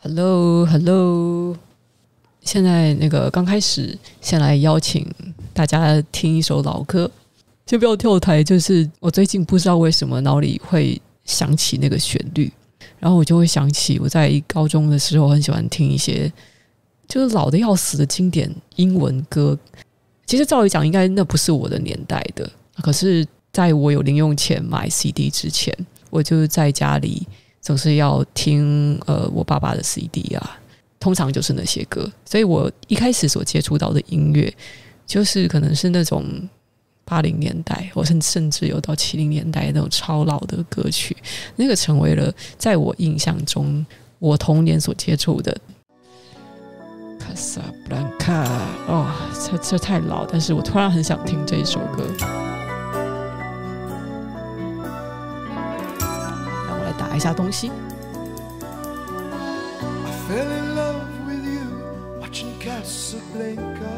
Hello Hello， 现在刚开始先来邀请大家听一首老歌，先不要跳台，就是我最近不知道为什么脑里会想起那个旋律，然后我就会想起我在高中的时候很喜欢听一些就是老的要死的经典英文歌。其实照理讲应该那不是我的年代的，可是在我有零用钱买 CD 之前，我就在家里总是要听我爸爸的 CD 啊，通常就是那些歌。所以我一开始所接触到的音乐就是可能是那种80年代或甚至有到70年代那种超老的歌曲，那个成为了在我印象中我童年所接触的卡萨布兰卡。哦，这太老，但是我突然很想听这一首歌。让我来打一下东西。 I fell in love with you watching Casablanca,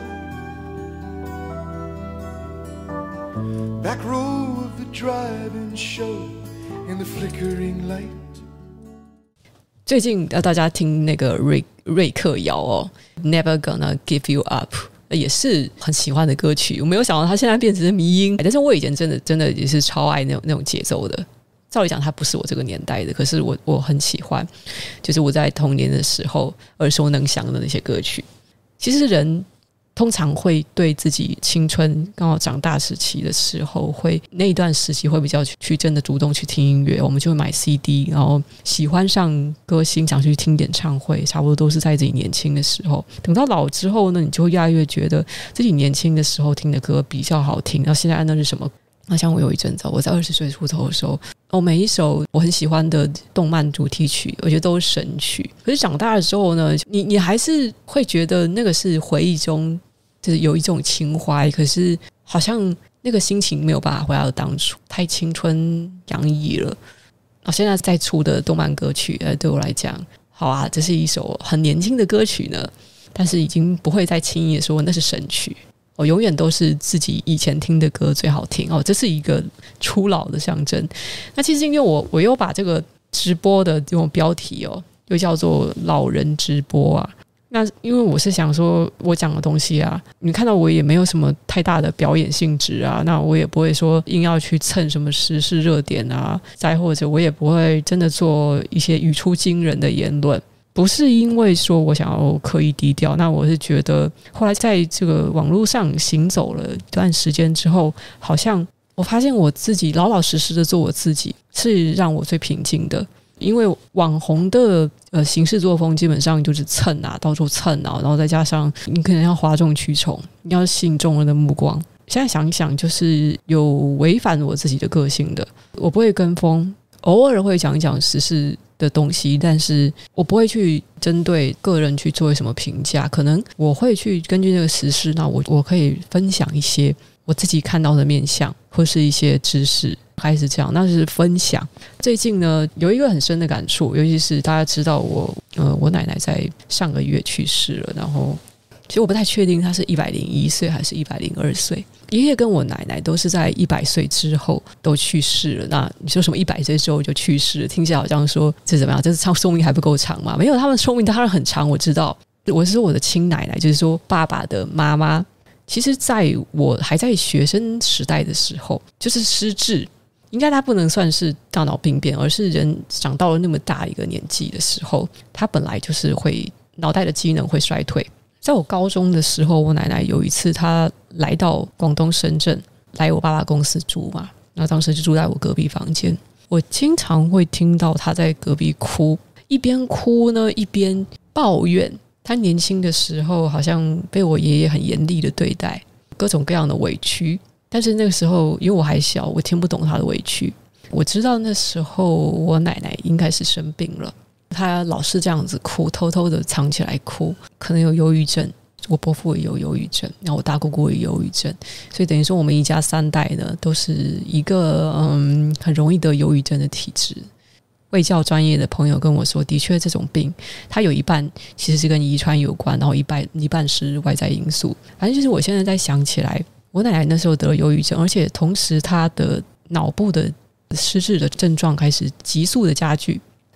back row of the drive-in show in the flickering light。 最近大家听那个瑞克摇哦 Never Gonna Give You Up 也是很喜欢的歌曲。我没有想到他现在变成迷音，但是我以前真的也是超爱那种节奏的。照理讲它不是我这个年代的，可是我很喜欢，就是我在童年的时候耳熟能详的那些歌曲。其实人通常会对自己青春刚好长大时期的时候，会那一段时期会比较去真的主动去听音乐，我们就会买 CD， 然后喜欢上歌星，想去听演唱会，差不多都是在自己年轻的时候。等到老之后呢，你就会越来越觉得自己年轻的时候听的歌比较好听。然后现在那是什么？那像我有一阵子，我在20岁出头的时候，每一首我很喜欢的动漫主题曲，我觉得都是神曲。可是长大的时候呢，你还是会觉得那个是回忆中就是有一种情怀，可是好像那个心情没有办法回到当初，太青春洋溢了。现在再出的动漫歌曲，对我来讲，好啊，这是一首很年轻的歌曲呢，但是已经不会再轻易的说那是神曲。我永远都是自己以前听的歌最好听这是一个初老的象征。那其实因为我又把这个直播的这种标题又叫做老人直播啊。那因为我是想说我讲的东西啊，你看到我也没有什么太大的表演性质啊，那我也不会说硬要去蹭什么时事热点啊，再或者我也不会真的做一些语出惊人的言论。不是因为说我想要刻意低调，那我是觉得后来在这个网络上行走了一段时间之后，好像我发现我自己老老实实的做我自己是让我最平静的。因为网红的行事作风基本上就是蹭啊，到处蹭啊，然后再加上你可能要哗众取宠，你要吸引众人的目光。现在想一想，就是有违反我自己的个性的。我不会跟风，偶尔会讲一讲时事的东西，但是我不会去针对个人去做什么评价。可能我会去根据这个时事，那我可以分享一些我自己看到的面向或是一些知识，开始这样，那是分享。最近呢，有一个很深的感触，尤其是大家知道我奶奶在上个月去世了，然后其实我不太确定她是101岁还是102岁。爷爷跟我奶奶都是在100岁之后都去世了。那你说什么100岁之后就去世了，听起来好像说这怎么样？这是寿命还不够长吗？没有，他们寿命当然很长，我知道。我是说我的亲奶奶，就是说爸爸的妈妈。其实在我还在学生时代的时候，就是失智，应该他不能算是大脑病变，而是人长到了那么大一个年纪的时候，他本来就是会脑袋的机能会衰退。在我高中的时候，我奶奶有一次她来到广东深圳，来我爸爸公司住嘛，那当时就住在我隔壁房间。我经常会听到她在隔壁哭，一边哭呢一边抱怨她年轻的时候好像被我爷爷很严厉的对待，各种各样的委屈。但是那个时候因为我还小，我听不懂她的委屈。我知道那时候我奶奶应该是生病了，她老是这样子哭，偷偷的藏起来哭，可能有忧郁症。我伯父也有忧郁症，然后我大姑姑也有忧郁症，所以等于说我们一家3代呢都是一个很容易得忧郁症的体质。卫教专业的朋友跟我说，的确这种病它有一半其实是跟遗传有关，然后一半是外在因素。反正就是我现在在想起来，我奶奶那时候得了忧郁症，而且同时她的脑部的失智的症状开始急速的加剧。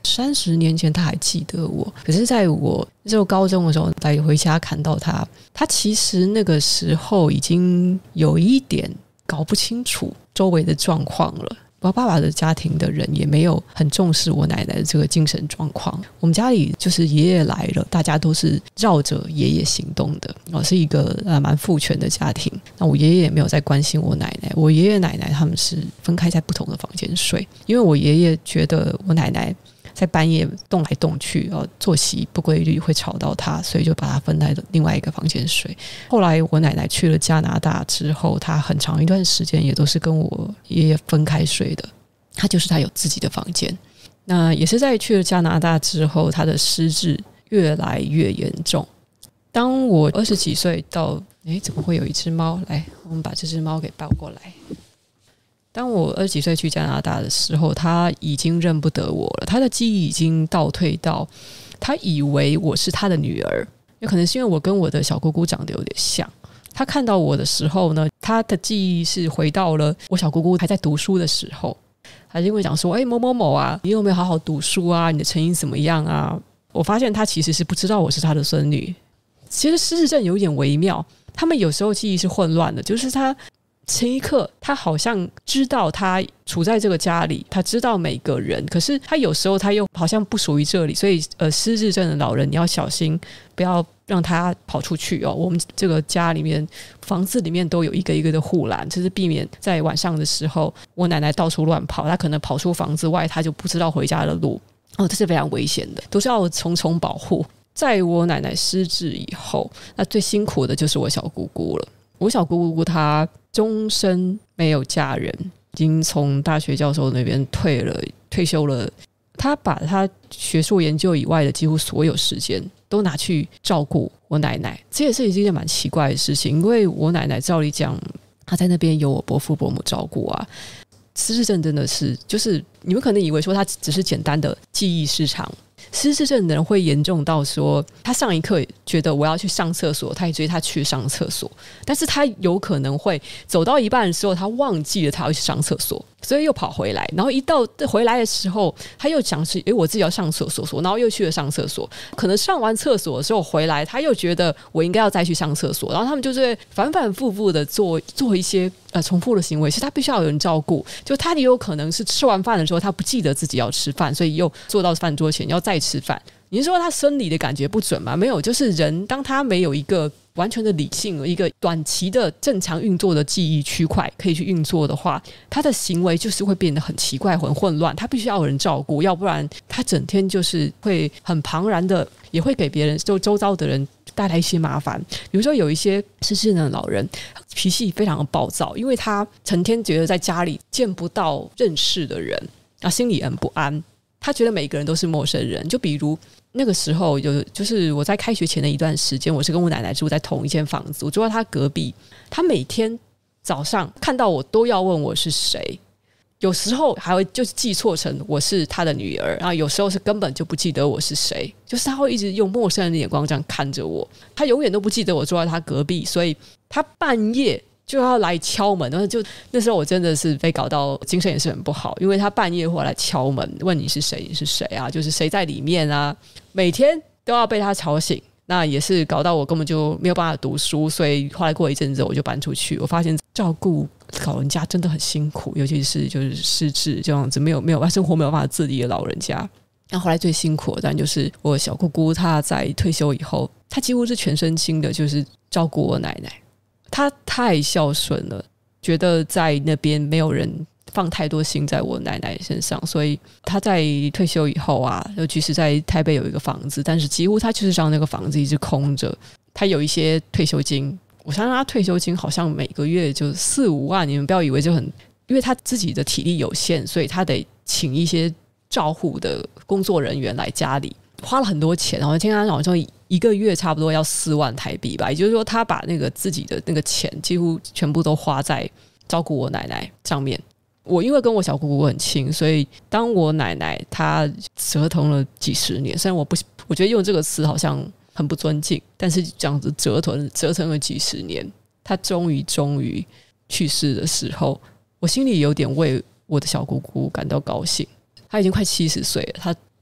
30年前他还记得我，可是在我就高中的时候来回家看到他其实那个时候已经有一点搞不清楚周围的状况了。我爸爸的家庭的人也没有很重视我奶奶的这个精神状况。我们家里就是爷爷来了，大家都是绕着爷爷行动的，是一个蛮父权的家庭。那我爷爷也没有在关心我奶奶，我爷爷奶奶他们是分开在不同的房间睡，因为我爷爷觉得我奶奶在半夜动来动去，作息不规律会吵到他，所以就把他分在另外一个房间睡。后来我奶奶去了加拿大之后，她很长一段时间也都是跟我爷爷分开睡的，她有自己的房间。那也是在去了加拿大之后，她的失智越来越严重。当我20几岁到，怎么会有一只猫？来，我们把这只猫给抱过来。当我20几岁去加拿大的时候，他已经认不得我了，他的记忆已经倒退到他以为我是他的女儿，有可能是因为我跟我的小姑姑长得有点像。他看到我的时候呢，他的记忆是回到了我小姑姑还在读书的时候，他就会讲说某某某啊，你有没有好好读书啊，你的成绩怎么样啊。我发现他其实是不知道我是他的孙女。其实失智症有点微妙，他们有时候记忆是混乱的，就是他前一刻他好像知道他处在这个家里，他知道每个人，可是他有时候他又好像不属于这里。所以失智症的老人你要小心，不要让他跑出去哦。我们这个家里面房子里面都有一个一个的护栏，就是避免在晚上的时候我奶奶到处乱跑，他可能跑出房子外，他就不知道回家的路这是非常危险的，都是要重重保护。在我奶奶失智以后，那最辛苦的就是我小姑姑了。我小姑姑她终身没有嫁人，已经从大学教授那边退休了。她把她学术研究以外的几乎所有时间都拿去照顾我奶奶，这也是一件蛮奇怪的事情。因为我奶奶照理讲，她在那边有我伯父伯母照顾啊。失智症真的是，就是你们可能以为说她只是简单的记忆失常，失智症的人会严重到说，他上一刻觉得我要去上厕所，他也追他去上厕所，但是他有可能会走到一半的时候，他忘记了他要去上厕所，所以又跑回来，然后一到回来的时候，他又想是我自己要上厕所，然后又去了上厕所，可能上完厕所的时候回来，他又觉得我应该要再去上厕所，然后他们就是反反复复的做一些重复的行为，其实他必须要有人照顾。就他也有可能是吃完饭的时候，他不记得自己要吃饭，所以又坐到饭桌前要再吃饭。你是说他生理的感觉不准吗？没有，就是人当他没有一个完全的理性，一个短期的正常运作的记忆区块可以去运作的话，他的行为就是会变得很奇怪很混乱，他必须要有人照顾，要不然他整天就是会很庞然的，也会给别人周遭的人带来一些麻烦。比如说有一些失智的老人脾气非常的暴躁，因为他成天觉得在家里见不到认识的人，心里很不安，他觉得每个人都是陌生人。就比如那个时候就是我在开学前的一段时间，我是跟我奶奶住在同一间房子，我住在她隔壁，她每天早上看到我都要问我是谁，有时候还会就是记错成我是她的女儿，然后有时候是根本就不记得我是谁，就是她会一直用陌生人的眼光这样看着我，她永远都不记得我住在她隔壁，所以她半夜就要来敲门，然后就那时候我真的是被搞到精神也是很不好，因为他半夜会来敲门问你是谁，你是谁啊，就是谁在里面啊，每天都要被他吵醒。那也是搞到我根本就没有办法读书，所以后来过一阵子我就搬出去，我发现照顾老人家真的很辛苦，尤其是就是失智这样子没有生活没有办法自理的老人家。那后来最辛苦的当然就是我小姑姑，她在退休以后，她几乎是全身心的就是照顾我奶奶，他太孝顺了，觉得在那边没有人放太多心在我奶奶身上，所以他在退休以后啊，尤其是在台北有一个房子，但是几乎他就是让那个房子一直空着。他有一些退休金，我相信他退休金好像每个月就4-5万，你们不要以为就很，因为他自己的体力有限，所以他得请一些照护的工作人员来家里，花了很多钱，然后听他讲说一个月差不多要4万台币吧，也就是说他把那个自己的那个钱几乎全部都花在照顾我奶奶上面。我因为跟我小姑姑很亲，所以当我奶奶她折腾了几十年，虽然我觉得用这个词好像很不尊敬，但是这样子折腾了几十年，她终于去世的时候，我心里有点为我的小姑姑感到高兴。她已经快70岁了，她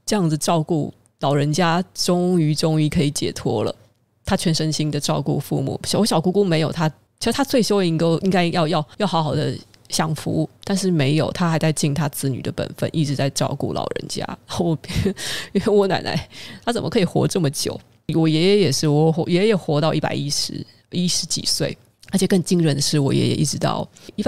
这样子照顾老人家终于可以解脱了，他全身心的照顾父母。我小姑姑没有，他其实他退休应该要好好的享福，但是没有，他还在尽他子女的本分，一直在照顾老人家。因为我奶奶她怎么可以活这么久？我爷爷也是，我爷爷活到110几岁，而且更惊人的是，我爷爷一直到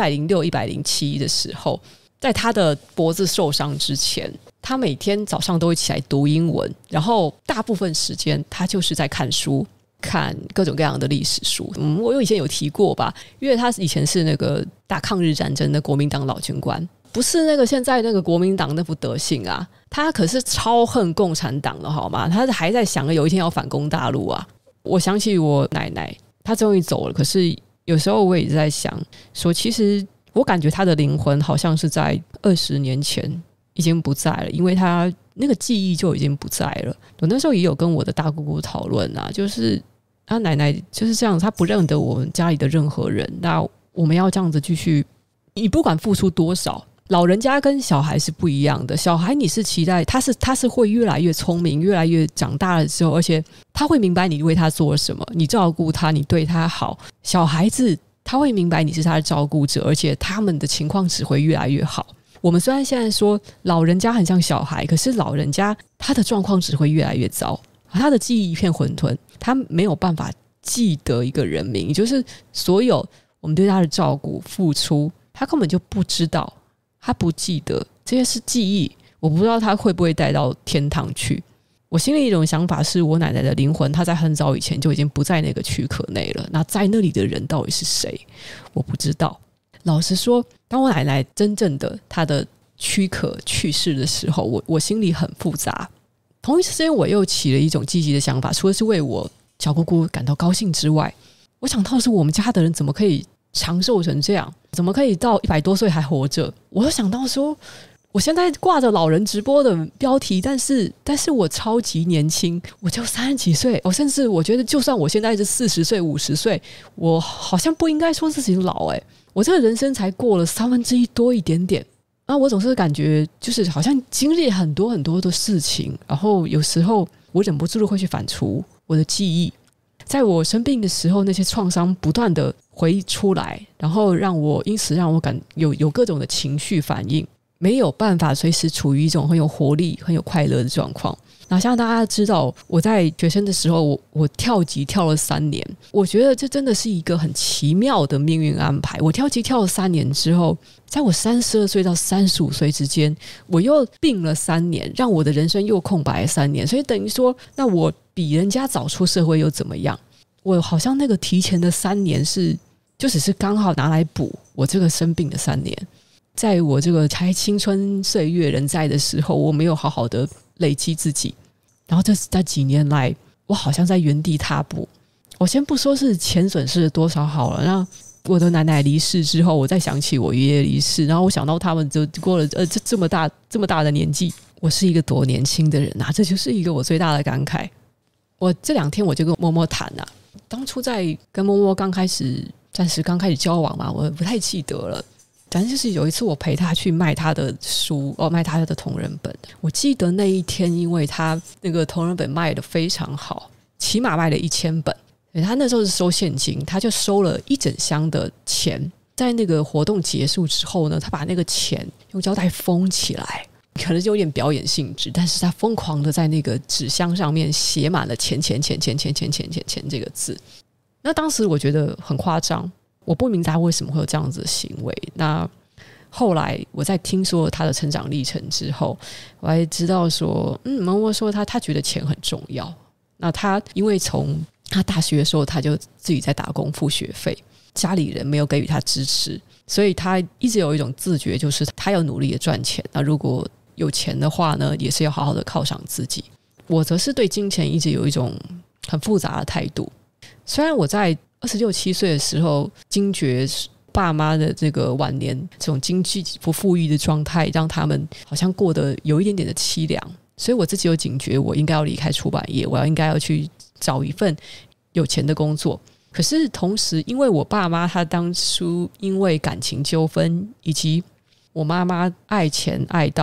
106、107的时候，在他的脖子受伤之前，他每天早上都会起来读英文，然后大部分时间他就是在看书，看各种各样的历史书。我以前有提过吧，因为他以前是那个打抗日战争的国民党老军官，不是那个现在那个国民党那副德性啊，他可是超恨共产党的好吗？他还在想有一天要反攻大陆啊。我想起我奶奶，她终于走了，可是有时候我也在想说，其实我感觉她的灵魂好像是在20年前已经不在了，因为她那个记忆就已经不在了。我那时候也有跟我的大姑姑讨论啊，就是她奶奶就是这样，她不认得我们家里的任何人，那我们要这样子继续，你不管付出多少，老人家跟小孩是不一样的。小孩你是期待他是会越来越聪明，越来越长大了之后，而且他会明白你为他做了什么，你照顾他，你对他好。小孩子他会明白你是他的照顾者，而且他们的情况只会越来越好。我们虽然现在说老人家很像小孩，可是老人家他的状况只会越来越糟，他的记忆一片混沌，他没有办法记得一个人名，也就是所有我们对他的照顾付出，他根本就不知道，他不记得，这些是记忆，我不知道他会不会带到天堂去。我心里一种想法是，我奶奶的灵魂她在很早以前就已经不在那个躯壳内了，那在那里的人到底是谁我不知道。老实说，当我奶奶真正的她的躯壳去世的时候，我心里很复杂。同一时间我又起了一种积极的想法，除了是为我小姑姑感到高兴之外，我想到的是我们家的人怎么可以长寿成这样，怎么可以到100多岁还活着。我又想到说，我现在挂着老人直播的标题，但是我超级年轻，我就30几岁，甚至我觉得就算我现在是40岁50岁，我好像不应该说自己老我这个人生才过了1/3多一点点。我总是感觉就是好像经历很多很多的事情，然后有时候我忍不住的会去反刍我的记忆，在我生病的时候，那些创伤不断的回忆出来，然后因此让我有各种的情绪反应，没有办法随时处于一种很有活力很有快乐的状况。那像大家知道，我在学生的时候我跳级跳了3年，我觉得这真的是一个很奇妙的命运安排。我跳级跳了3年之后，在我32岁到35岁之间，我又病了3年，让我的人生又空白了3年。所以等于说，那我比人家早出社会又怎么样？我好像那个提前的3年就只是刚好拿来补我这个生病的3年。在我这个才青春岁月人在的时候，我没有好好的累积自己，然后这几年来我好像在原地踏步。我先不说是钱损失了多少好了，那我的奶奶离世之后，我再想起我爷爷离世，然后我想到他们就过了这么大的年纪，我是一个多年轻的人啊，这就是一个我最大的感慨。我这2天我就跟默默谈啊，当初在跟默默暂时刚开始交往嘛，我不太记得了。反正就是有一次我陪他去卖他的书，卖他的同人本。我记得那一天，因为他那个同人本卖得非常好，起码卖了1000本。他那时候是收现金，他就收了1整箱的钱。在那个活动结束之后呢，他把那个钱用胶带封起来，可能就有点表演性质，但是他疯狂的在那个纸箱上面写满了钱这个字。那当时我觉得很夸张，我不明白为什么会有这样子的行为。那后来我在听说他的成长历程之后，我还知道说默默说他觉得钱很重要。那他因为从他大学的时候他就自己在打工付学费，家里人没有给予他支持，所以他一直有一种自觉，就是他要努力的赚钱，那如果有钱的话呢，也是要好好的犒赏自己。我则是对金钱一直有一种很复杂的态度。虽然我在26、7岁的时候惊觉爸妈的这个晚年这种经济不富裕的状态，让他们好像过得有一点点的凄凉，所以我自己有警觉，我应该要离开出版业，我应该要去找一份有钱的工作。可是同时，因为我爸妈他当初因为感情纠纷，以及我妈妈爱钱爱到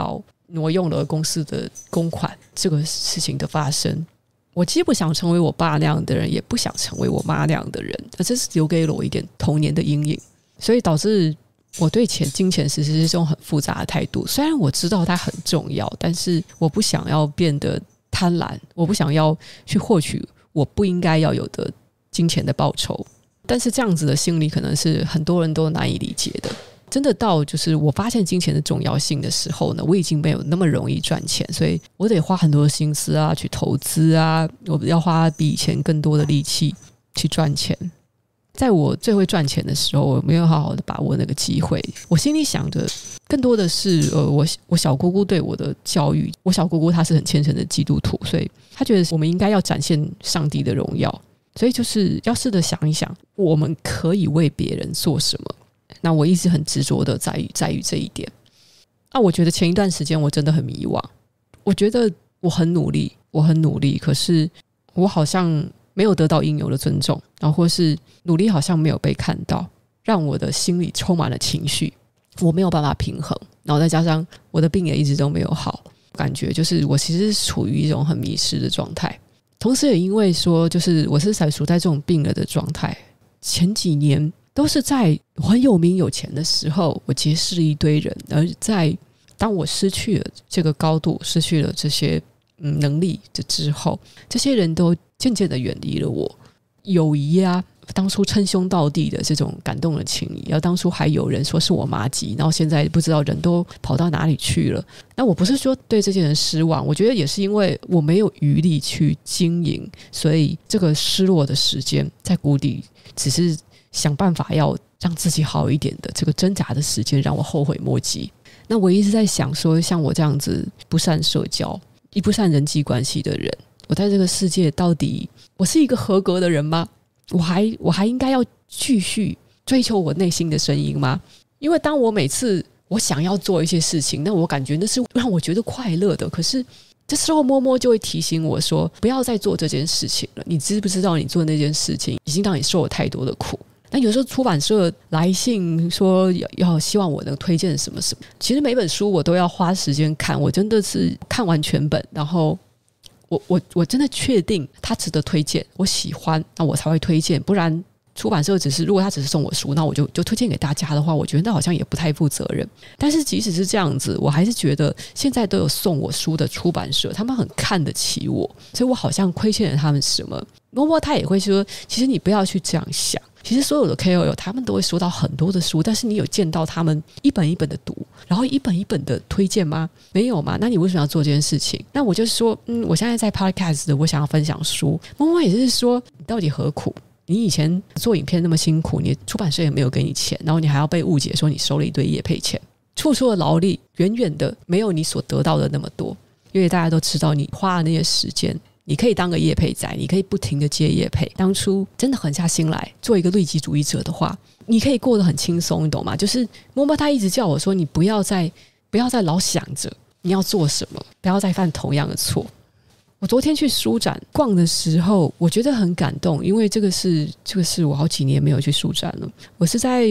挪用了公司的公款这个事情的发生。我既不想成为我爸那样的人，也不想成为我妈那样的人，这是留给了我一点童年的阴影，所以导致我对金钱其实是这种很复杂的态度。虽然我知道它很重要，但是我不想要变得贪婪，我不想要去获取我不应该要有的金钱的报酬。但是这样子的心理可能是很多人都难以理解的。真的到就是我发现金钱的重要性的时候呢，我已经没有那么容易赚钱，所以我得花很多的心思啊，去投资啊，我要花比以前更多的力气去赚钱。在我最会赚钱的时候，我没有好好的把握那个机会。我心里想的更多的是我小姑姑对我的教育。我小姑姑她是很虔诚的基督徒，所以她觉得我们应该要展现上帝的荣耀，所以就是要试着想一想我们可以为别人做什么。那我一直很执着的在于这一点。我觉得前一段时间我真的很迷惘，我觉得我很努力，可是我好像没有得到应有的尊重，然后或是努力好像没有被看到，让我的心里充满了情绪，我没有办法平衡，然后再加上我的病也一直都没有好，感觉就是我其实是处于一种很迷失的状态。同时也因为说就是我是处在这种病了的状态，前几年都是在我很有名有钱的时候，我结识了一堆人，而在当我失去了这个高度，失去了这些能力之后，这些人都渐渐的远离了我。友谊啊，当初称兄道弟的这种感动的情谊，然后当初还有人说是我麻吉，然后现在不知道人都跑到哪里去了。那我不是说对这些人失望，我觉得也是因为我没有余力去经营，所以这个失落的时间在谷底，只是想办法要让自己好一点的这个挣扎的时间，让我后悔莫及。那我一直在想说，像我这样子不善社交、也不善人际关系的人，我在这个世界到底我是一个合格的人吗？我还应该要继续追求我内心的声音吗？因为当我每次我想要做一些事情，那我感觉那是让我觉得快乐的，可是这时候默默就会提醒我说，不要再做这件事情了。你知不知道你做那件事情已经让你受了太多的苦？那有时候出版社来信说要希望我能推荐什么什么，其实每本书我都要花时间看，我真的是看完全本，然后我真的确定它值得推荐，我喜欢，那我才会推荐。不然出版社如果他只是送我书，那我就推荐给大家的话，我觉得那好像也不太负责任。但是即使是这样子，我还是觉得现在都有送我书的出版社，他们很看得起我，所以我好像亏欠了他们什么。不过他也会说，其实你不要去这样想，其实所有的 KOL 他们都会收到很多的书，但是你有见到他们一本一本的读，然后一本一本的推荐吗？没有嘛？那你为什么要做这件事情？那我就说我现在在 podcast 的，我想要分享书。默默也是说，你到底何苦？你以前做影片那么辛苦，你出版社也没有给你钱，然后你还要被误解说你收了一堆业配钱，付出的劳力远远的没有你所得到的那么多。因为大家都知道，你花了那些时间，你可以当个业配仔，你可以不停的接业配。当初真的狠下心来做一个利己主义者的话，你可以过得很轻松，你懂吗？就是默默他一直叫我说，你不要再老想着你要做什么，不要再犯同样的错。我昨天去书展逛的时候，我觉得很感动，因为这个是我好几年没有去书展了。我是在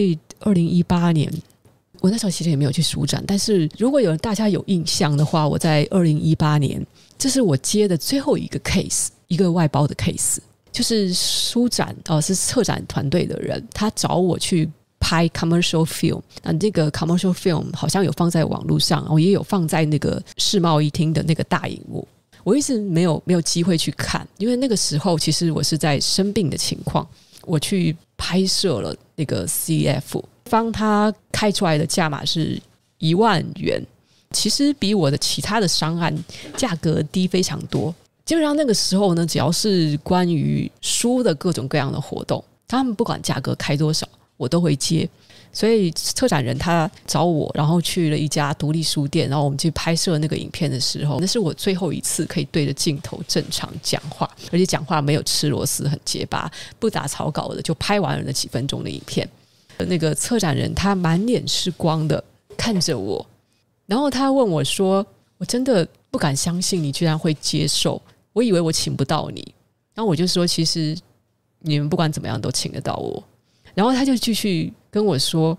2018年，我那时候其实也没有去书展，但是如果大家有印象的话，我在2018年，这是我接的最后一个 case， 一个外包的 case， 就是书展是策展团队的人，他找我去拍 commercial film， 那这个 commercial film 好像有放在网络上，然后也有放在那个世贸一厅的那个大荧幕。我一直没有机会去看，因为那个时候其实我是在生病的情况，我去拍摄了那个 CF， 帮他开出来的价码是1万元，其实比我的其他的商案价格低非常多。基本上那个时候呢，只要是关于书的各种各样的活动，他们不管价格开多少，我都会接。所以策展人他找我，然后去了一家独立书店，然后我们去拍摄那个影片的时候，那是我最后一次可以对着镜头正常讲话，而且讲话没有吃螺丝，很结巴，不打草稿的就拍完了那几分钟的影片。那个策展人他满脸是光的看着我，然后他问我说，我真的不敢相信你居然会接受，我以为我请不到你。然后我就说，其实你们不管怎么样都请得到我。然后他就继续跟我说，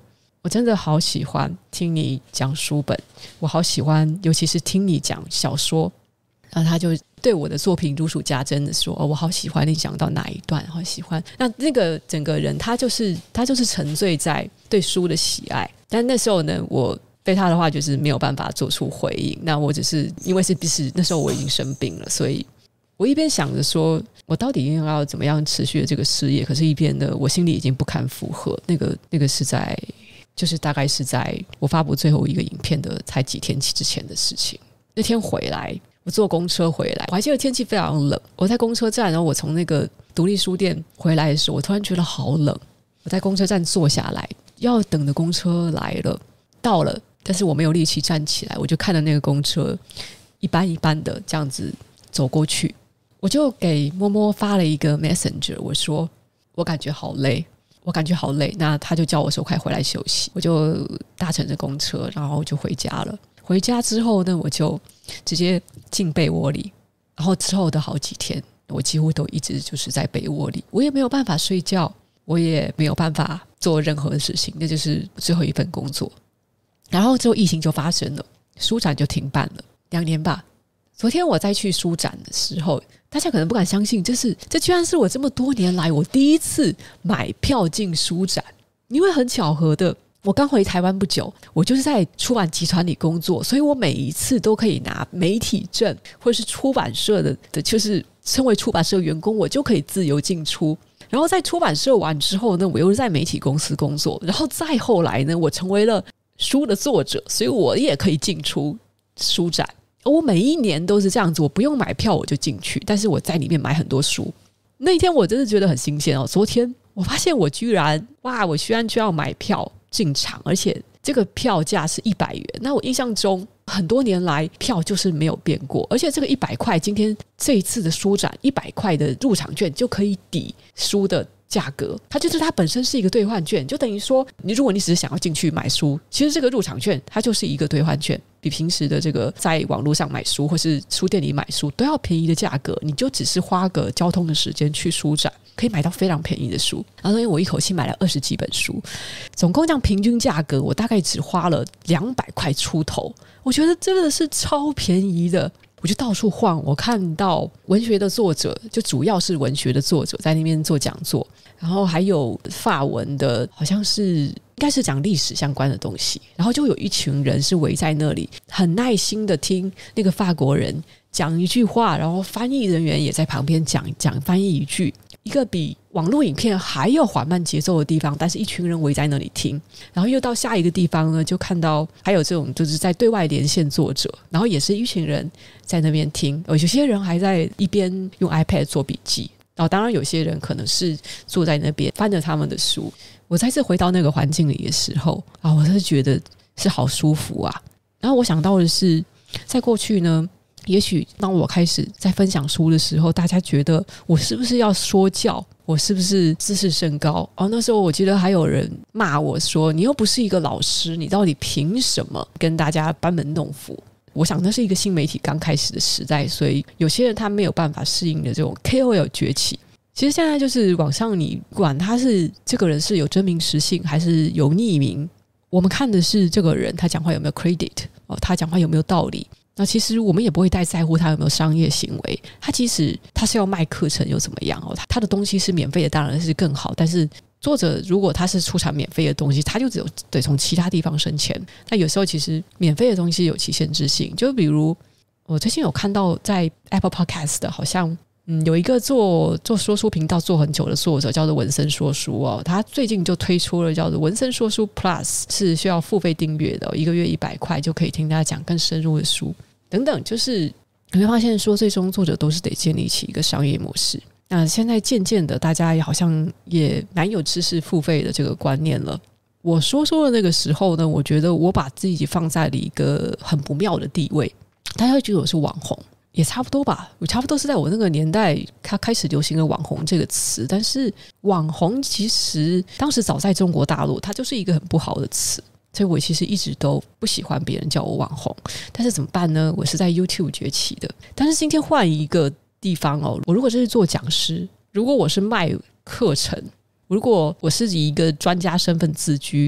我真的好喜欢听你讲书本，我好喜欢尤其是听你讲小说。然后他就对我的作品如数家珍的说，我好喜欢你讲到哪一段，好喜欢。那个整个人他就是沉醉在对书的喜爱。但那时候呢，我对他的话就是没有办法做出回应。那我只是因为是那时候我已经生病了，所以我一边想着说我到底应该要怎么样持续的这个事业，可是一边呢我心里已经不堪负荷。那个是在就是大概是在我发布最后一个影片的才几天之前的事情。那天回来我坐公车回来，我还记得天气非常冷，我在公车站，然后我从那个独立书店回来的时候，我突然觉得好冷。我在公车站坐下来，要等的公车来了，到了，但是我没有力气站起来，我就看着那个公车一班一班的这样子走过去。我就给摸摸发了一个 messenger， 我说我感觉好累，那他就叫我说快回来休息。我就搭乘着公车，然后就回家了。回家之后呢，我就直接进被窝里，然后之后的好几天我几乎都一直就是在被窝里，我也没有办法睡觉，我也没有办法做任何事情，那就是最后一份工作。然后之后疫情就发生了，书展就停办了2年吧。昨天我再去书展的时候，大家可能不敢相信，这居然是我这么多年来我第一次买票进书展。因为很巧合的，我刚回台湾不久，我就是在出版集团里工作，所以我每一次都可以拿媒体证或者是出版社的就是身为出版社员工，我就可以自由进出。然后在出版社完之后呢，我又在媒体公司工作，然后再后来呢，我成为了书的作者，所以我也可以进出书展。我每一年都是这样子，我不用买票我就进去，但是我在里面买很多书。那一天我真的觉得很新鲜哦，昨天我发现我居然就要买票进场，而且这个票价是100元。那我印象中很多年来票就是没有变过，而且这个100块，今天这一次的书展100块的入场券就可以抵书的价格，它本身是一个兑换券，就等于说如果你只是想要进去买书，其实这个入场券它就是一个兑换券，比平时的这个在网络上买书或是书店里买书都要便宜的价格，你就只是花个交通的时间去书展，可以买到非常便宜的书。然后因为我一口气买了20几本书，总共这样平均价格我大概只花了200块出头，我觉得真的是超便宜的。我就到处晃，我看到文学的作者，就主要是文学的作者在那边做讲座，然后还有法文的，好像是应该是讲历史相关的东西，然后就有一群人是围在那里，很耐心的听那个法国人讲一句话，然后翻译人员也在旁边讲翻译一句，一个比网络影片还要缓慢节奏的地方，但是一群人围在那里听。然后又到下一个地方呢，就看到还有这种就是在对外连线作者，然后也是一群人在那边听，有些人还在一边用 iPad 做笔记，然后当然有些人可能是坐在那边翻着他们的书。我再次回到那个环境里的时候啊，我是觉得是好舒服啊。然后我想到的是，在过去呢，也许当我开始在分享书的时候，大家觉得我是不是要说教，我是不是知识甚高那时候我记得还有人骂我说，你又不是一个老师，你到底凭什么跟大家班门弄斧。我想那是一个新媒体刚开始的时代，所以有些人他没有办法适应的这种 KOL 崛起。其实现在就是网上你管他是这个人是有真名实姓还是有匿名，我们看的是这个人他讲话有没有 credit他讲话有没有道理。那其实我们也不会太在乎他有没有商业行为，他即使他是要卖课程又怎么样他的东西是免费的当然是更好，但是作者如果他是出产免费的东西，他就只有得从其他地方生钱。那有时候其实免费的东西有其限制性，就比如我最近有看到在 Apple Podcast 的好像有一个做说书频道做很久的作者叫做文森说书他最近就推出了叫做文森说书 Plus， 是需要付费订阅的1个月100块就可以听他讲更深入的书等等。就是你会发现说最终作者都是得建立起一个商业模式。那现在渐渐的大家好像也蛮有知识付费的这个观念了。我说的那个时候呢，我觉得我把自己放在了一个很不妙的地位，大家会觉得我是网红，也差不多吧，我差不多是在我那个年代他开始流行了网红这个词。但是网红其实当时早在中国大陆它就是一个很不好的词，所以我其实一直都不喜欢别人叫我网红。但是怎么办呢，我是在 YouTube 崛起的，但是今天换一个地方我如果是做讲师，如果我是卖课程，如果我是以一个专家身份自居，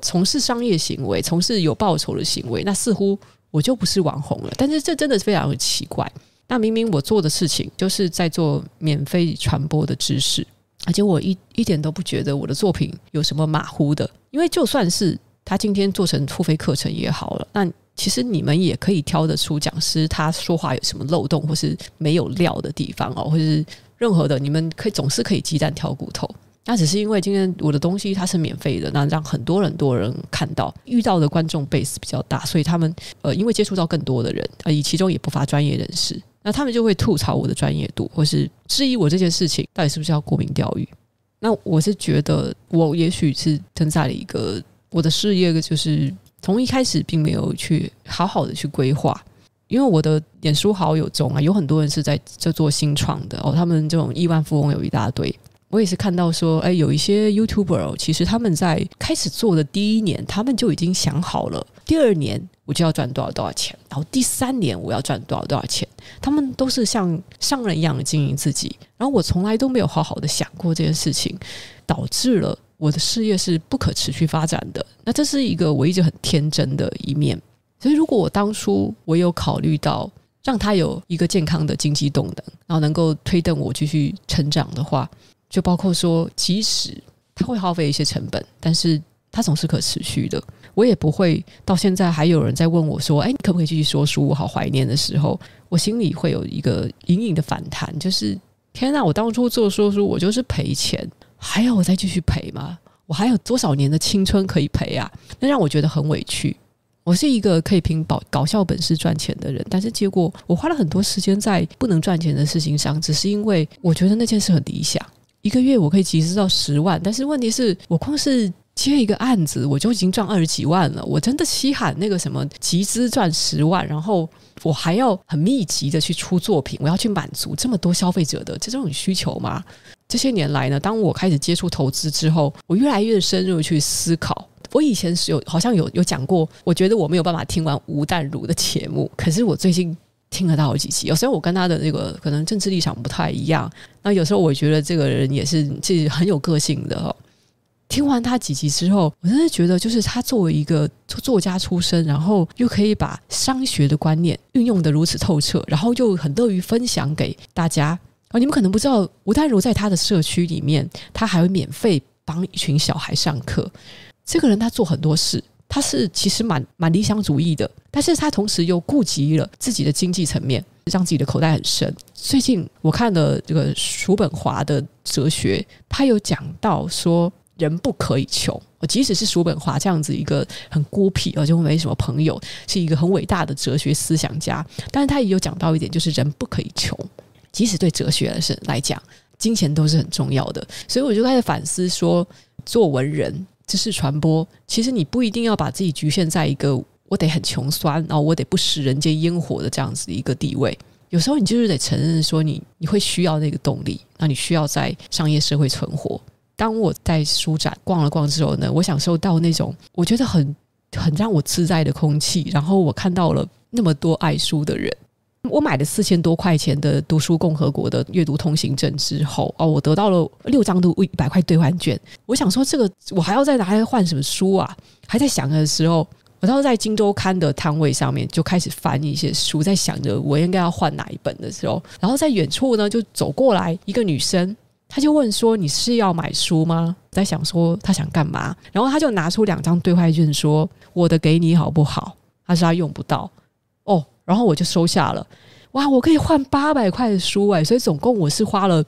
从事商业行为，从事有报酬的行为，那似乎我就不是网红了。但是这真的非常的奇怪，那明明我做的事情就是在做免费传播的知识，而且我一点都不觉得我的作品有什么马虎的。因为就算是他今天做成付费课程也好了，那其实你们也可以挑得出讲师他说话有什么漏洞或是没有料的地方或是任何的，你们总是可以鸡蛋挑骨头。那只是因为今天我的东西它是免费的，那让很多人看到，遇到的观众 base 比较大，所以他们因为接触到更多的人，其中也不乏专业人士，那他们就会吐槽我的专业度，或是质疑我这件事情到底是不是要沽名钓誉。那我是觉得我也许是存在了一个我的事业就是从一开始并没有去好好的去规划。因为我的脸书好友中有很多人是在做新创的他们这种亿万富翁有一大堆。我也是看到说有一些 YouTuber其实他们在开始做的第一年他们就已经想好了第二年我就要赚多少钱，然后第三年我要赚多少钱，他们都是像商人一样的经营自己，然后我从来都没有好好的想过这件事情，导致了我的事业是不可持续发展的。那这是一个我一直很天真的一面，所以如果我当初我有考虑到让他有一个健康的经济动能，然后能够推动我继续成长的话，就包括说即使他会耗费一些成本，但是他总是可持续的，我也不会到现在还有人在问我说你可不可以继续说书，我好怀念的时候，我心里会有一个隐隐的反弹，就是天哪，我当初做说书我就是赔钱，还要我再继续赔吗？我还有多少年的青春可以赔啊？那让我觉得很委屈。我是一个可以凭搞笑本事赚钱的人，但是结果我花了很多时间在不能赚钱的事情上，只是因为我觉得那件事很理想，一个月我可以集资到10万，但是问题是我光是接一个案子我就已经赚20几万了，我真的稀罕那个什么集资赚10万，然后我还要很密集的去出作品，我要去满足这么多消费者的这种需求吗？这些年来呢，当我开始接触投资之后，我越来越深入去思考。我以前好像有讲过，我觉得我没有办法听完吴淡如的节目，可是我最近听了好几集，有时候我跟他的那个可能政治立场不太一样，那有时候我觉得这个人也是很有个性的听完他几集之后，我真的觉得就是他作为一个作家出身，然后又可以把商学的观念运用得如此透彻，然后又很乐于分享给大家。你们可能不知道，吴淡如在他的社区里面，他还会免费帮一群小孩上课。这个人他做很多事，他是其实蛮理想主义的，但是他同时又顾及了自己的经济层面，让自己的口袋很深。最近我看了这个叔本华的哲学，他有讲到说人不可以穷，即使是叔本华这样子一个很孤僻就没什么朋友，是一个很伟大的哲学思想家，但是他也有讲到一点，就是人不可以穷，即使对哲学来讲金钱都是很重要的。所以我就开始反思说，做文人知识传播，其实你不一定要把自己局限在一个我得很穷酸，然后我得不食人间烟火的这样子的一个地位。有时候你就是得承认说你会需要那个动力，那你需要在商业社会存活。当我在书展逛了逛之后呢，我享受到那种我觉得很让我自在的空气，然后我看到了那么多爱书的人。我买了4000多块钱的读书共和国的阅读通行证之后我得到了6张的100块兑换券。我想说这个我还要再拿来换什么书啊？还在想的时候，我当时在金周刊的摊位上面就开始翻一些书，在想着我应该要换哪一本的时候，然后在远处呢就走过来一个女生，她就问说你是要买书吗？在想说她想干嘛，然后她就拿出2张兑换券说我的给你好不好？她说她用不到然后我就收下了。哇，我可以换800块的书所以总共我是花了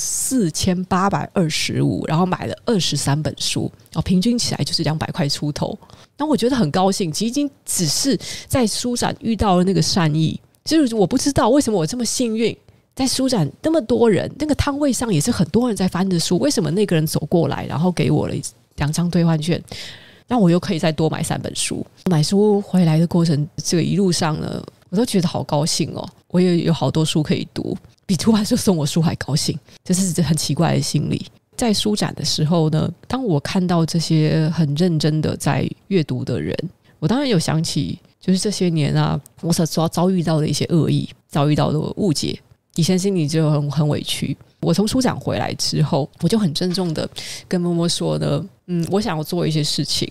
4825，然后买了23本书平均起来就是200块出头。那我觉得很高兴，其实只是在书展遇到了那个善意，就是我不知道为什么我这么幸运，在书展那么多人，那个摊位上也是很多人在翻的书，为什么那个人走过来然后给我了2张兑换券，让我又可以再多买3本书。买书回来的过程，这个一路上呢我都觉得好高兴我也有好多书可以读，比出版社送我书还高兴，这是很奇怪的心理。在书展的时候呢，当我看到这些很认真的在阅读的人，我当然有想起就是这些年我所遭遇到的一些恶意，遭遇到的误解，以前心里就很委屈。我从书展回来之后，我就很郑重的跟默默说呢我想要做一些事情，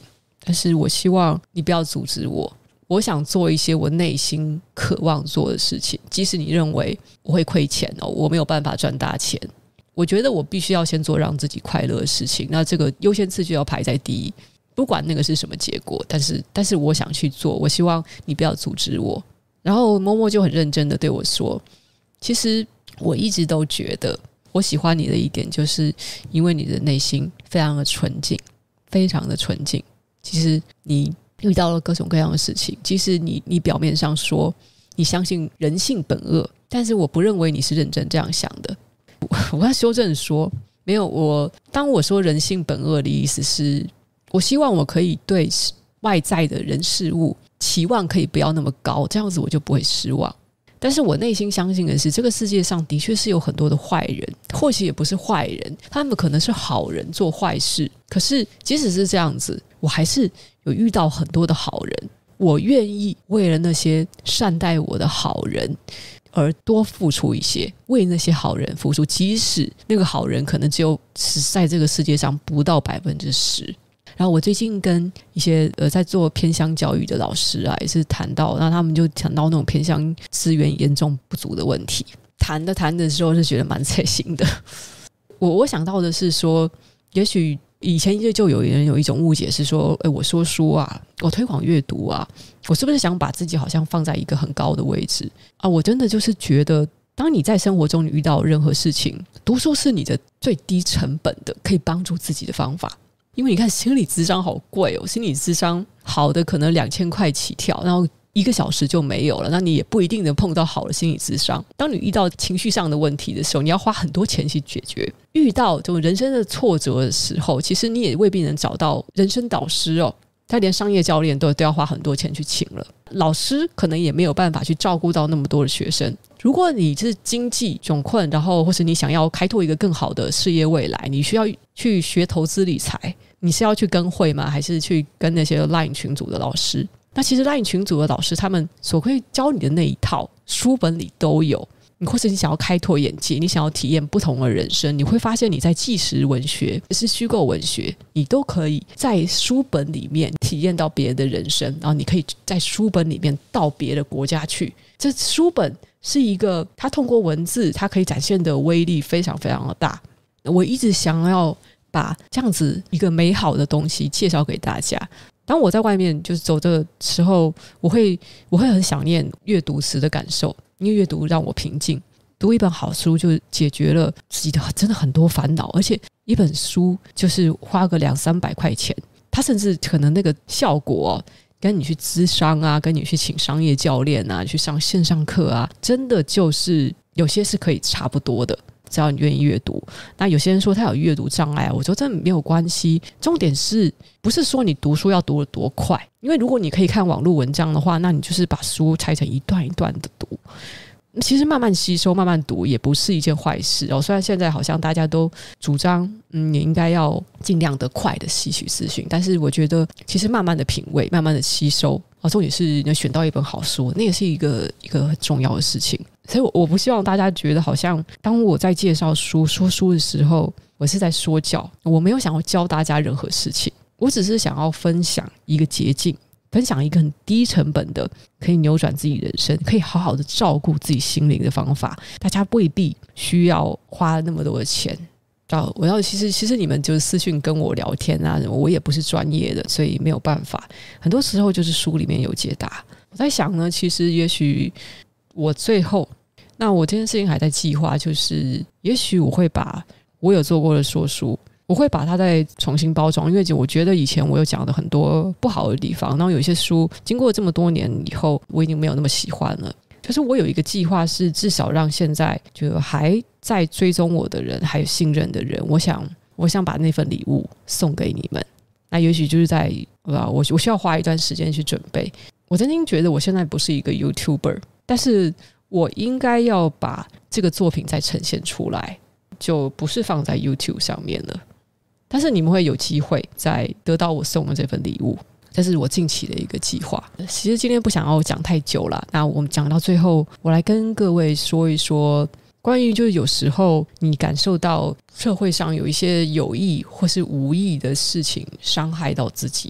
但是我希望你不要阻止我，我想做一些我内心渴望做的事情，即使你认为我会亏钱我没有办法赚大钱，我觉得我必须要先做让自己快乐的事情，那这个优先次序要排在第一，不管那个是什么结果，但是我想去做，我希望你不要阻止我。然后默默就很认真的对我说，其实我一直都觉得我喜欢你的一点，就是因为你的内心非常的纯净，非常的纯净。其实你遇到了各种各样的事情，即使你表面上说你相信人性本恶，但是我不认为你是认真这样想的。我要修正说，没有，当我说人性本恶的意思是，我希望我可以对外在的人事物期望可以不要那么高，这样子我就不会失望。但是我内心相信的是，这个世界上的确是有很多的坏人，或许也不是坏人，他们可能是好人做坏事，可是即使是这样子，我还是有遇到很多的好人，我愿意为了那些善待我的好人而多付出一些，为那些好人付出，即使那个好人可能只有在这个世界上不到10%。然后我最近跟一些在做偏乡教育的老师也是谈到，那他们就谈到那种偏乡资源严重不足的问题，谈的时候是觉得蛮刺心的。我想到的是说，也许以前就有人有一种误解是说，我说书我推广阅读我是不是想把自己好像放在一个很高的位置我真的就是觉得，当你在生活中你遇到任何事情，读书是你的最低成本的可以帮助自己的方法。因为你看心理咨商好贵心理咨商好的可能2000块起跳，然后1个小时就没有了，那你也不一定能碰到好的心理咨商。当你遇到情绪上的问题的时候，你要花很多钱去解决。遇到这种人生的挫折的时候，其实你也未必能找到人生导师他连商业教练都要花很多钱去请了，老师可能也没有办法去照顾到那么多的学生。如果你是经济窘困，然后或是你想要开拓一个更好的事业未来，你需要去学投资理财，你是要去跟会吗？还是去跟那些 LINE 群组的老师？那其实 LINE 群组的老师他们所会教你的那一套书本里都有，或是你想要开拓眼界，你想要体验不同的人生，你会发现你在纪实文学是虚构文学，你都可以在书本里面体验到别人的人生，然后你可以在书本里面到别的国家去。这书本是一个它通过文字它可以展现的威力非常非常的大。我一直想要把这样子一个美好的东西介绍给大家。当我在外面就是走的时候，我会很想念阅读时的感受，因为阅读让我平静。读一本好书就解决了自己的真的很多烦恼，而且一本书就是花个200-300块钱，它甚至可能那个效果跟你去咨商跟你去请商业教练去上线上课真的就是有些是可以差不多的，只要你愿意阅读。那有些人说他有阅读障碍，我说真的没有关系，重点是不是说你读书要读得多快？因为如果你可以看网络文章的话，那你就是把书拆成一段一段的读，其实慢慢吸收慢慢读也不是一件坏事虽然现在好像大家都主张你应该要尽量的快的吸取资讯，但是我觉得其实慢慢的品味慢慢的吸收重点是能选到一本好书，那也是一个很重要的事情。所以我不希望大家觉得好像当我在介绍书说书的时候我是在说教，我没有想要教大家任何事情，我只是想要分享一个捷径，分享一个很低成本的可以扭转自己人生，可以好好的照顾自己心灵的方法。大家未必需要花那么多的钱。其实你们就是私讯跟我聊天我也不是专业的，所以没有办法，很多时候就是书里面有解答。我在想呢，其实也许我最后，那我这件事情还在计划，就是也许我会把我有做过的说书，我会把它再重新包装，因为我觉得以前我有讲的很多不好的地方，然后有一些书经过这么多年以后我已经没有那么喜欢了。就是我有一个计划是至少让现在就还在追踪我的人还有信任的人，我想把那份礼物送给你们。那也许就是在我需要花一段时间去准备。我真心觉得我现在不是一个 YouTuber， 但是我应该要把这个作品再呈现出来，就不是放在 YouTube 上面了。但是你们会有机会再得到我送的这份礼物，这是我近期的一个计划。其实今天不想要讲太久了，那我们讲到最后，我来跟各位说一说关于就是有时候你感受到社会上有一些有意或是无意的事情伤害到自己，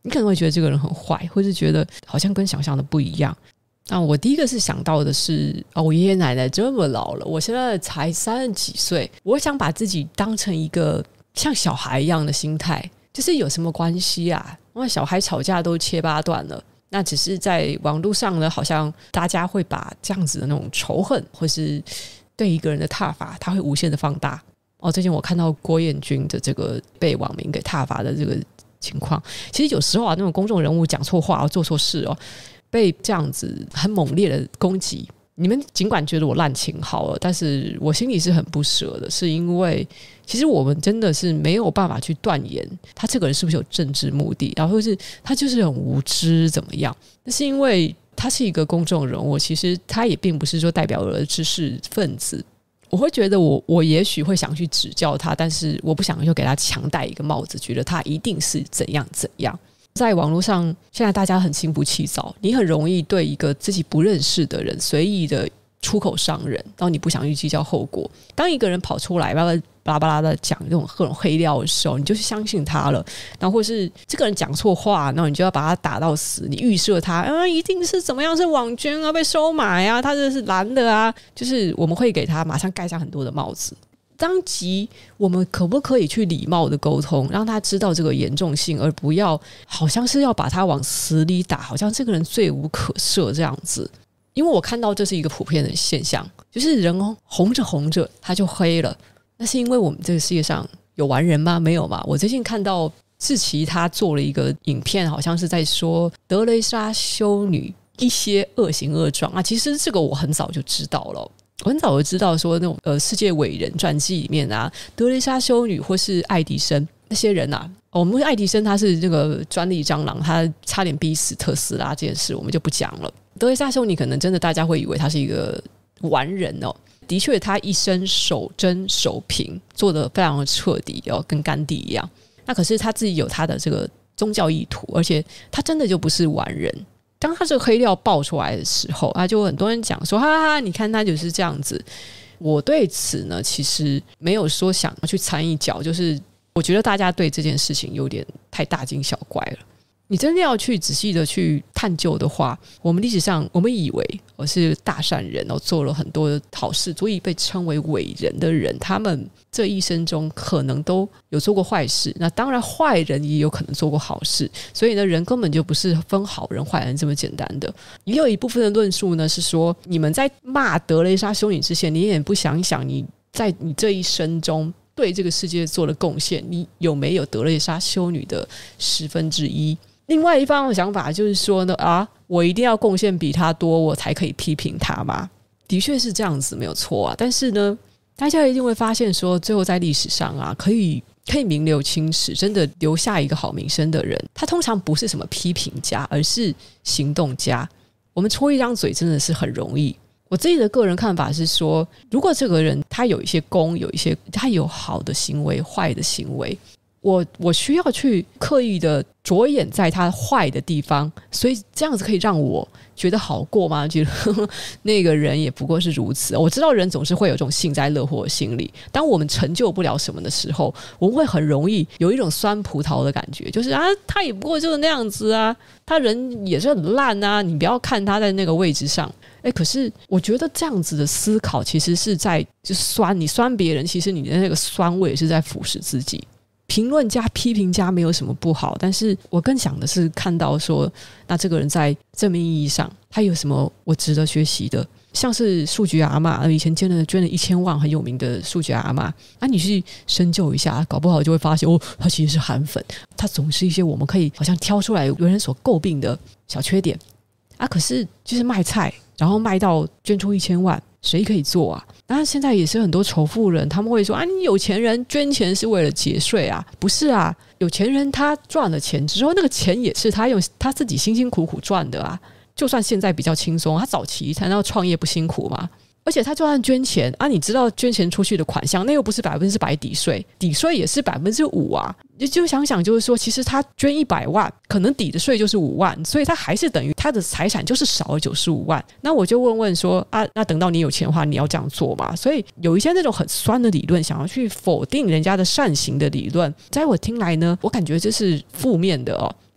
你可能会觉得这个人很坏，或是觉得好像跟想象的不一样。那我第一个是想到的是我爷爷奶奶这么老了，我现在才30几岁，我想把自己当成一个像小孩一样的心态，就是有什么关系啊，因为小孩吵架都切八段了，那只是在网络上呢，好像大家会把这样子的那种仇恨或是对一个人的挞伐，他会无限的放大。最近我看到郭彦均的这个被网民给挞伐的这个情况，其实有时候那种公众人物讲错话做错事被这样子很猛烈的攻击，你们尽管觉得我滥情好了，但是我心里是很不舍的，是因为其实我们真的是没有办法去断言他这个人是不是有政治目的，然后是他就是很无知怎么样，那是因为他是一个公众人物，其实他也并不是说代表了知识分子。我会觉得我也许会想去指教他，但是我不想就给他强戴一个帽子，觉得他一定是怎样怎样。在网络上现在大家很心浮气躁，你很容易对一个自己不认识的人随意的出口伤人，然后你不想去计较后果。当一个人跑出来巴拉巴拉的讲这种各种黑料的时候，你就去相信他了，然后或是这个人讲错话，然后你就要把他打到死，你预设他一定是怎么样，是网军啊，被收买啊，他这是蓝的啊，就是我们会给他马上盖上很多的帽子。当即我们可不可以去礼貌的沟通，让他知道这个严重性，而不要好像是要把他往死里打，好像这个人罪无可赦这样子。因为我看到这是一个普遍的现象，就是人红着红着他就黑了，那是因为我们这个世界上有完人吗？没有嘛。我最近看到志祺他做了一个影片，好像是在说德蕾莎修女一些恶行恶状其实这个我很早就知道了，我很早就知道说那种世界伟人传记里面德蕾莎修女或是爱迪生那些人我们爱迪生他是这个专利蟑螂，他差点逼死特斯拉这件事我们就不讲了。德蕾莎修女可能真的大家会以为他是一个完人的确他一生守贞守平，做得非常的彻底跟甘地一样。那可是他自己有他的这个宗教意图，而且他真的就不是完人。当他这个黑料爆出来的时候就很多人讲说哈哈，你看他就是这样子。我对此呢其实没有说想要去掺一脚，就是我觉得大家对这件事情有点太大惊小怪了。你真的要去仔细的去探究的话，我们历史上我们以为我是大善人做了很多好事，足以被称为伟人的人，他们这一生中可能都有做过坏事，那当然坏人也有可能做过好事，所以呢人根本就不是分好人坏人这么简单的。也有一部分的论述呢是说，你们在骂德蕾莎修女之前，你也不想一想你在你这一生中对这个世界做了贡献，你有没有德蕾莎修女的1/10？另外一方的想法就是说呢我一定要贡献比他多，我才可以批评他吗？的确是这样子没有错但是呢大家一定会发现说，最后在历史上可以名留青史，真的留下一个好名声的人，他通常不是什么批评家，而是行动家。我们戳一张嘴真的是很容易。我自己的个人看法是说，如果这个人他有一些功，有一些他有好的行为坏的行为，我需要去刻意的着眼在他坏的地方，所以这样子可以让我觉得好过吗？觉得那个人也不过是如此。我知道人总是会有这种幸灾乐祸的心理，当我们成就不了什么的时候，我们会很容易有一种酸葡萄的感觉，就是他也不过就是那样子他人也是很烂你不要看他在那个位置上。可是我觉得这样子的思考其实是在就你酸别人，其实你的那个酸味是在腐蚀自己。评论家批评家没有什么不好，但是我更想的是看到说，那这个人在正面意义上他有什么我值得学习的。像是数据阿嬷以前捐了1000万很有名的数据阿嬷你去深究一下，搞不好就会发现他其实是韩粉，他总是一些我们可以好像挑出来有人所诟病的小缺点可是就是卖菜然后卖到捐出1000万，谁可以做那现在也是很多仇富人，他们会说你有钱人捐钱是为了节税不是有钱人他赚了钱之后，那个钱也是他用他自己辛辛苦苦赚的就算现在比较轻松，他早期谈到创业不辛苦吗？而且他就算捐钱你知道捐钱出去的款项那又不是100%抵税，抵税也是5%你就想想，就是说其实他捐100万可能抵的税就是5万，所以他还是等于他的财产就是少了95万。那我就问说那等到你有钱的话你要这样做吗？所以有一些那种很酸的理论，想要去否定人家的善行的理论，在我听来呢，我感觉这是负面的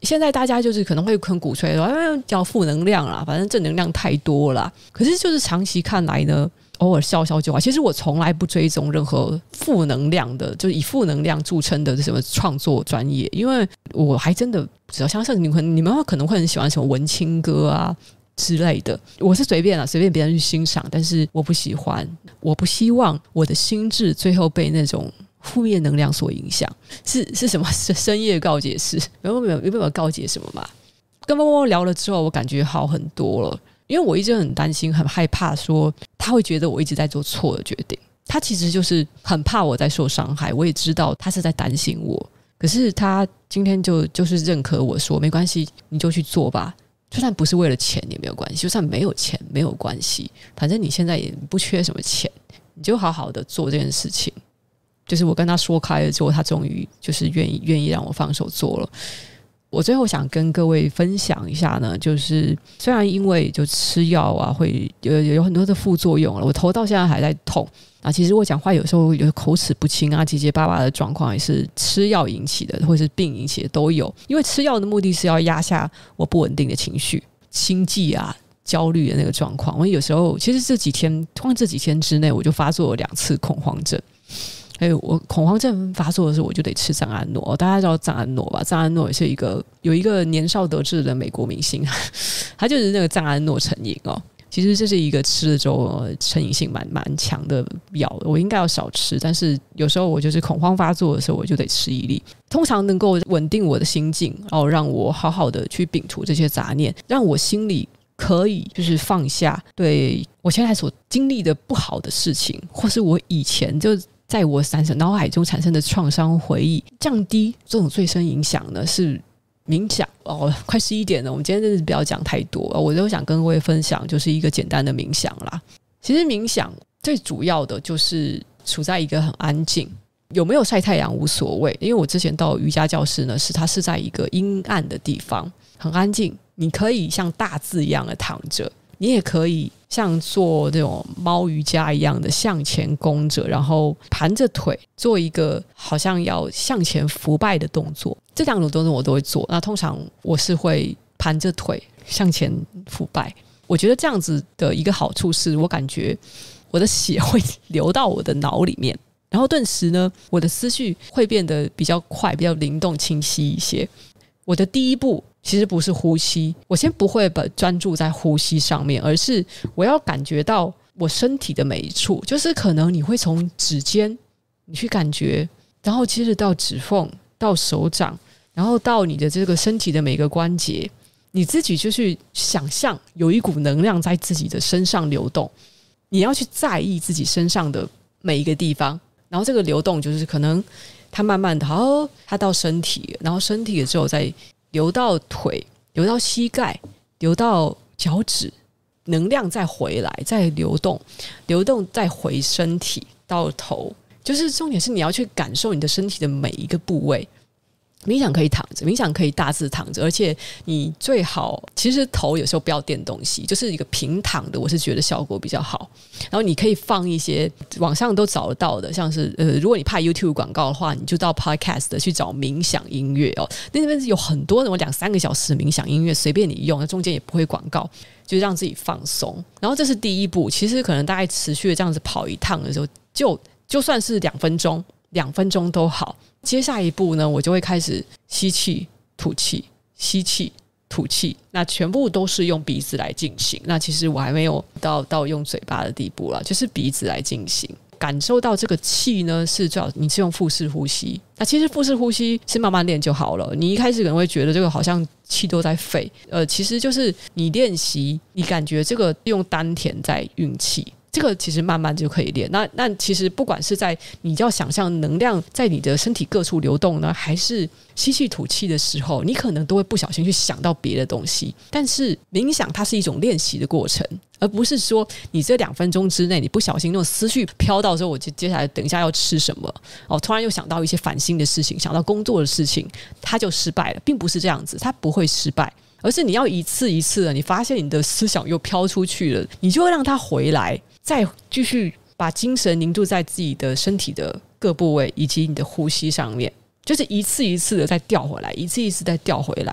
现在大家就是可能会很鼓吹说叫负能量啦，反正正能量太多啦。可是就是长期看来呢，偶尔笑笑就好。其实我从来不追踪任何负能量的，就是以负能量著称的什么创作专业，因为我还真的不知道，像是你们可能会很喜欢什么文青歌啊之类的，我是随便别人去欣赏，但是我不喜欢，我不希望我的心智最后被那种负面能量所影响。是什么深夜告解室？有没有告解什么嘛？跟猫猫聊了之后，我感觉好很多了。因为我一直很担心很害怕说他会觉得我一直在做错的决定，他其实就是很怕我在受伤害，我也知道他是在担心我，可是他今天就是认可我说没关系，你就去做吧，就算不是为了钱也没有关系，就算没有钱没有关系，反正你现在也不缺什么钱，你就好好的做这件事情。就是我跟他说开了之后，他终于就是愿意让我放手做了。我最后想跟各位分享一下呢，就是虽然因为就吃药啊会有很多的副作用了，我头到现在还在痛啊。其实我讲话有时候有口齿不清啊，结结巴巴的状况也是吃药引起的，或是病引起的都有。因为吃药的目的是要压下我不稳定的情绪、心悸啊、焦虑的那个状况。我有时候其实这几天之内，我就发作了2次恐慌症。我恐慌症发作的时候，我就得吃藏安诺。大家知道藏安诺吧？藏安诺也是有一个年少得志的美国明星，他就是那个藏安诺成瘾哦。其实这是一个吃了之后成瘾性蛮强的药，我应该要少吃，但是有时候我就是恐慌发作的时候，我就得吃1粒，通常能够稳定我的心境，然后让我好好的去摒除这些杂念，让我心里可以就是放下对我现在所经历的不好的事情，或是我以前就在我脑海中产生的创伤回忆，降低这种最深影响呢是冥想。快11点了，我们今天真的不要讲太多，我都想跟各位分享就是一个简单的冥想啦。其实冥想最主要的就是处在一个很安静，有没有晒太阳无所谓，因为我之前到瑜伽教室呢，它是在一个阴暗的地方，很安静，你可以像大字一样的躺着，你也可以像做这种猫瑜伽一样的向前弓着，然后盘着腿做一个好像要向前伏拜的动作。这2种动作我都会做，那通常我是会盘着腿向前伏拜。我觉得这样子的一个好处是，我感觉我的血会流到我的脑里面，然后顿时呢，我的思绪会变得比较快，比较灵动清晰一些。我的第一步其实不是呼吸，我先不会专注在呼吸上面，而是我要感觉到我身体的每一处，就是可能你会从指尖你去感觉，然后接着到指缝，到手掌，然后到你的这个身体的每个关节，你自己就去想象有一股能量在自己的身上流动，你要去在意自己身上的每一个地方，然后这个流动就是可能它慢慢的它到身体，然后身体了之后再流到腿，流到膝盖，流到脚趾，能量再回来，再流动再回身体到头，就是重点是你要去感受你的身体的每一个部位。冥想可以躺着，冥想可以大致躺着，而且你最好其实头有时候不要垫东西，就是一个平躺的，我是觉得效果比较好。然后你可以放一些网上都找得到的，像是如果你怕 YouTube 广告的话，你就到 Podcast 的去找冥想音乐哦，那边有很多那种2-3个小时的冥想音乐，随便你用，中间也不会广告，就让自己放松。然后这是第一步，其实可能大概持续的这样子跑一趟的时候，就算是2分钟都好。接下一步呢，我就会开始吸气吐气，吸气吐气，那全部都是用鼻子来进行。那其实我还没有到用嘴巴的地步啦，就是鼻子来进行。感受到这个气呢，是最好你是用腹式呼吸。那其实腹式呼吸是慢慢练就好了，你一开始可能会觉得这个好像气都在废，其实就是你练习，你感觉这个用丹田在运气，这个其实慢慢就可以练。那其实不管是在你要想象能量在你的身体各处流动呢，还是吸气吐气的时候，你可能都会不小心去想到别的东西。但是冥想它是一种练习的过程，而不是说你这2分钟之内你不小心那种思绪飘到之后，我就接下来等一下要吃什么突然又想到一些烦心的事情，想到工作的事情，它就失败了。并不是这样子，它不会失败，而是你要一次一次的，你发现你的思想又飘出去了，你就会让它回来，再继续把精神凝注在自己的身体的各部位以及你的呼吸上面，就是一次一次的再调回来，一次一次再调回来。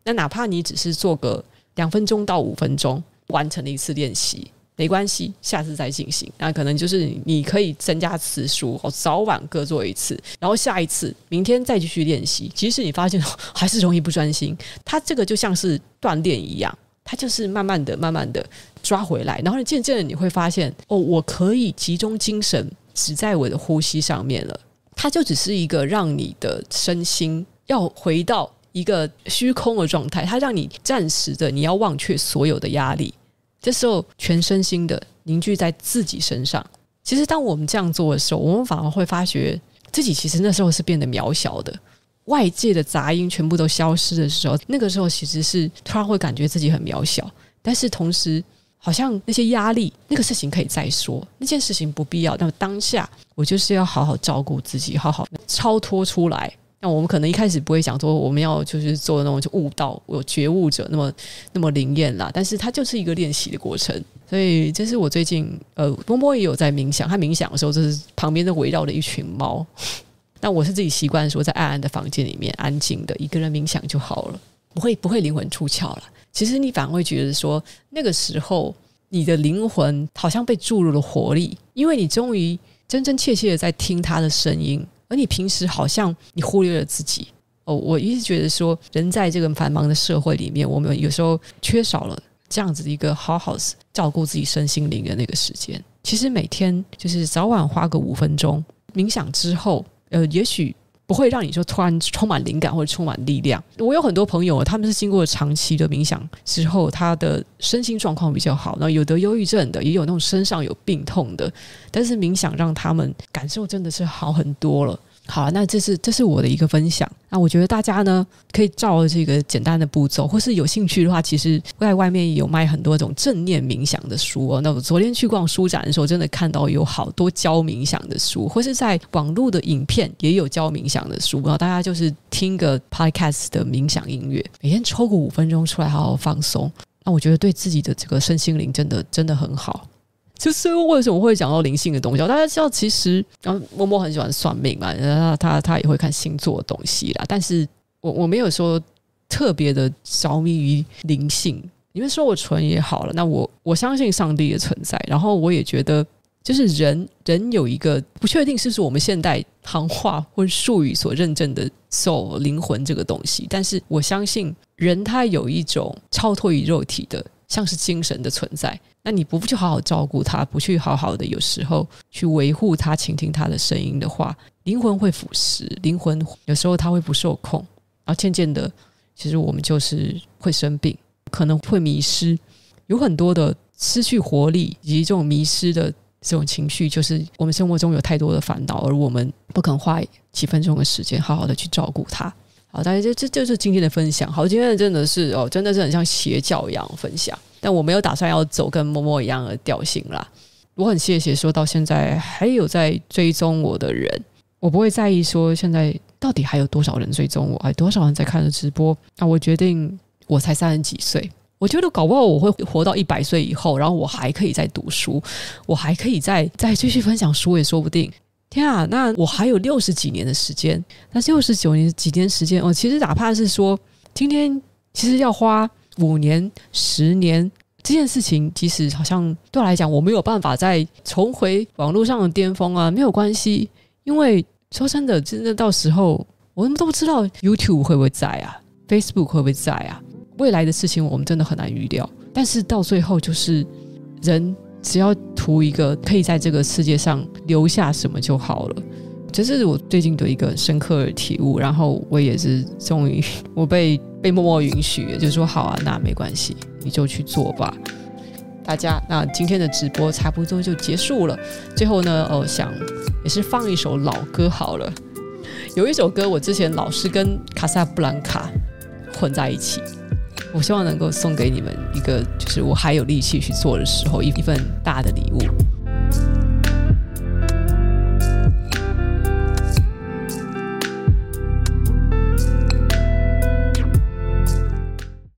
那哪怕你只是做个2分钟到5分钟，完成了一次练习，没关系，下次再进行。那可能就是你可以增加次数，早晚各做一次，然后下一次明天再继续练习。即使你发现还是容易不专心，它这个就像是锻炼一样，它就是慢慢的抓回来，然后渐渐的你会发现我可以集中精神只在我的呼吸上面了。它就只是一个让你的身心要回到一个虚空的状态，它让你暂时的你要忘却所有的压力，这时候全身心的凝聚在自己身上。其实当我们这样做的时候，我们反而会发觉自己其实那时候是变得渺小的，外界的杂音全部都消失的时候，那个时候其实是突然会感觉自己很渺小，但是同时好像那些压力那个事情可以再说，那件事情不必要，那么当下我就是要好好照顾自己，好好超脱出来。那我们可能一开始不会想说我们要就是做那种就悟道有觉悟者那么灵验啦，但是它就是一个练习的过程。所以这是我最近波波也有在冥想，他冥想的时候就是旁边都围绕了一群猫那我是自己习惯说在暗暗的房间里面安静的一个人冥想就好了，不会灵魂出窍了。其实你反而会觉得说那个时候你的灵魂好像被注入了活力，因为你终于真真切切的在听他的声音，而你平时好像你忽略了自己。我一直觉得说人在这个繁忙的社会里面，我们有时候缺少了这样子的一个好好照顾自己身心灵的那个时间。其实每天就是早晚花个5分钟冥想之后，也许不会让你说突然充满灵感或者充满力量。我有很多朋友他们是经过长期的冥想之后，他的身心状况比较好，然后有得忧郁症的，也有那种身上有病痛的，但是冥想让他们感受真的是好很多了。好，那这是我的一个分享。那我觉得大家呢可以照这个简单的步骤，或是有兴趣的话，其实在外面也有卖很多种正念冥想的书哦。那我昨天去逛书展的时候，真的看到有好多教冥想的书，或是在网络的影片也有教冥想的书。然后大家就是听个 podcast 的冥想音乐，每天抽个5分钟出来好好放松。那我觉得对自己的这个身心灵真的很好。就是为什么会讲到灵性的东西，大家知道其实默默很喜欢算命嘛，他也会看星座的东西啦，但是我没有说特别的着迷于灵性。你们说我纯也好了，那我相信上帝的存在，然后我也觉得就是人有一个不确定是不是我们现代行话或术语所认证的 soul 灵魂这个东西，但是我相信人他有一种超脱于肉体的像是精神的存在，那你不去好好照顾他，不去好好的有时候去维护他，倾听他的声音的话，灵魂会腐蚀，灵魂有时候他会不受控，然后渐渐的其实我们就是会生病，可能会迷失，有很多的失去活力以及这种迷失的这种情绪，就是我们生活中有太多的烦恼，而我们不肯花几分钟的时间好好的去照顾它。好，大家这就是今天的分享。好，今天的真的是真的是很像邪教一样分享，但我没有打算要走跟默默一样的调性啦。我很谢谢说到现在还有在追踪我的人，我不会在意说现在到底还有多少人追踪我，还有多少人在看着直播。那我决定我才30几岁，我觉得搞不好我会活到100岁以后，然后我还可以再读书，我还可以再继续分享书也说不定。天啊，那我还有60几年的时间，那69年几年时间其实哪怕是说今天其实要花5年10年，这件事情其实好像对我来讲我没有办法再重回网络上的巅峰啊，没有关系，因为说真的到时候我们都不知道 YouTube 会不会在啊， Facebook 会不会在啊，未来的事情我们真的很难预料，但是到最后就是人只要图一个可以在这个世界上留下什么就好了，这是我最近的一个深刻的体悟。然后我也是终于我被默默允许了，就说好啊，那没关系，你就去做吧。大家，那今天的直播差不多就结束了。最后呢，想也是放一首老歌好了。有一首歌我之前老是跟卡萨布兰卡混在一起，我希望能够送给你们一个，就是我还有力气去做的时候，一份大的礼物。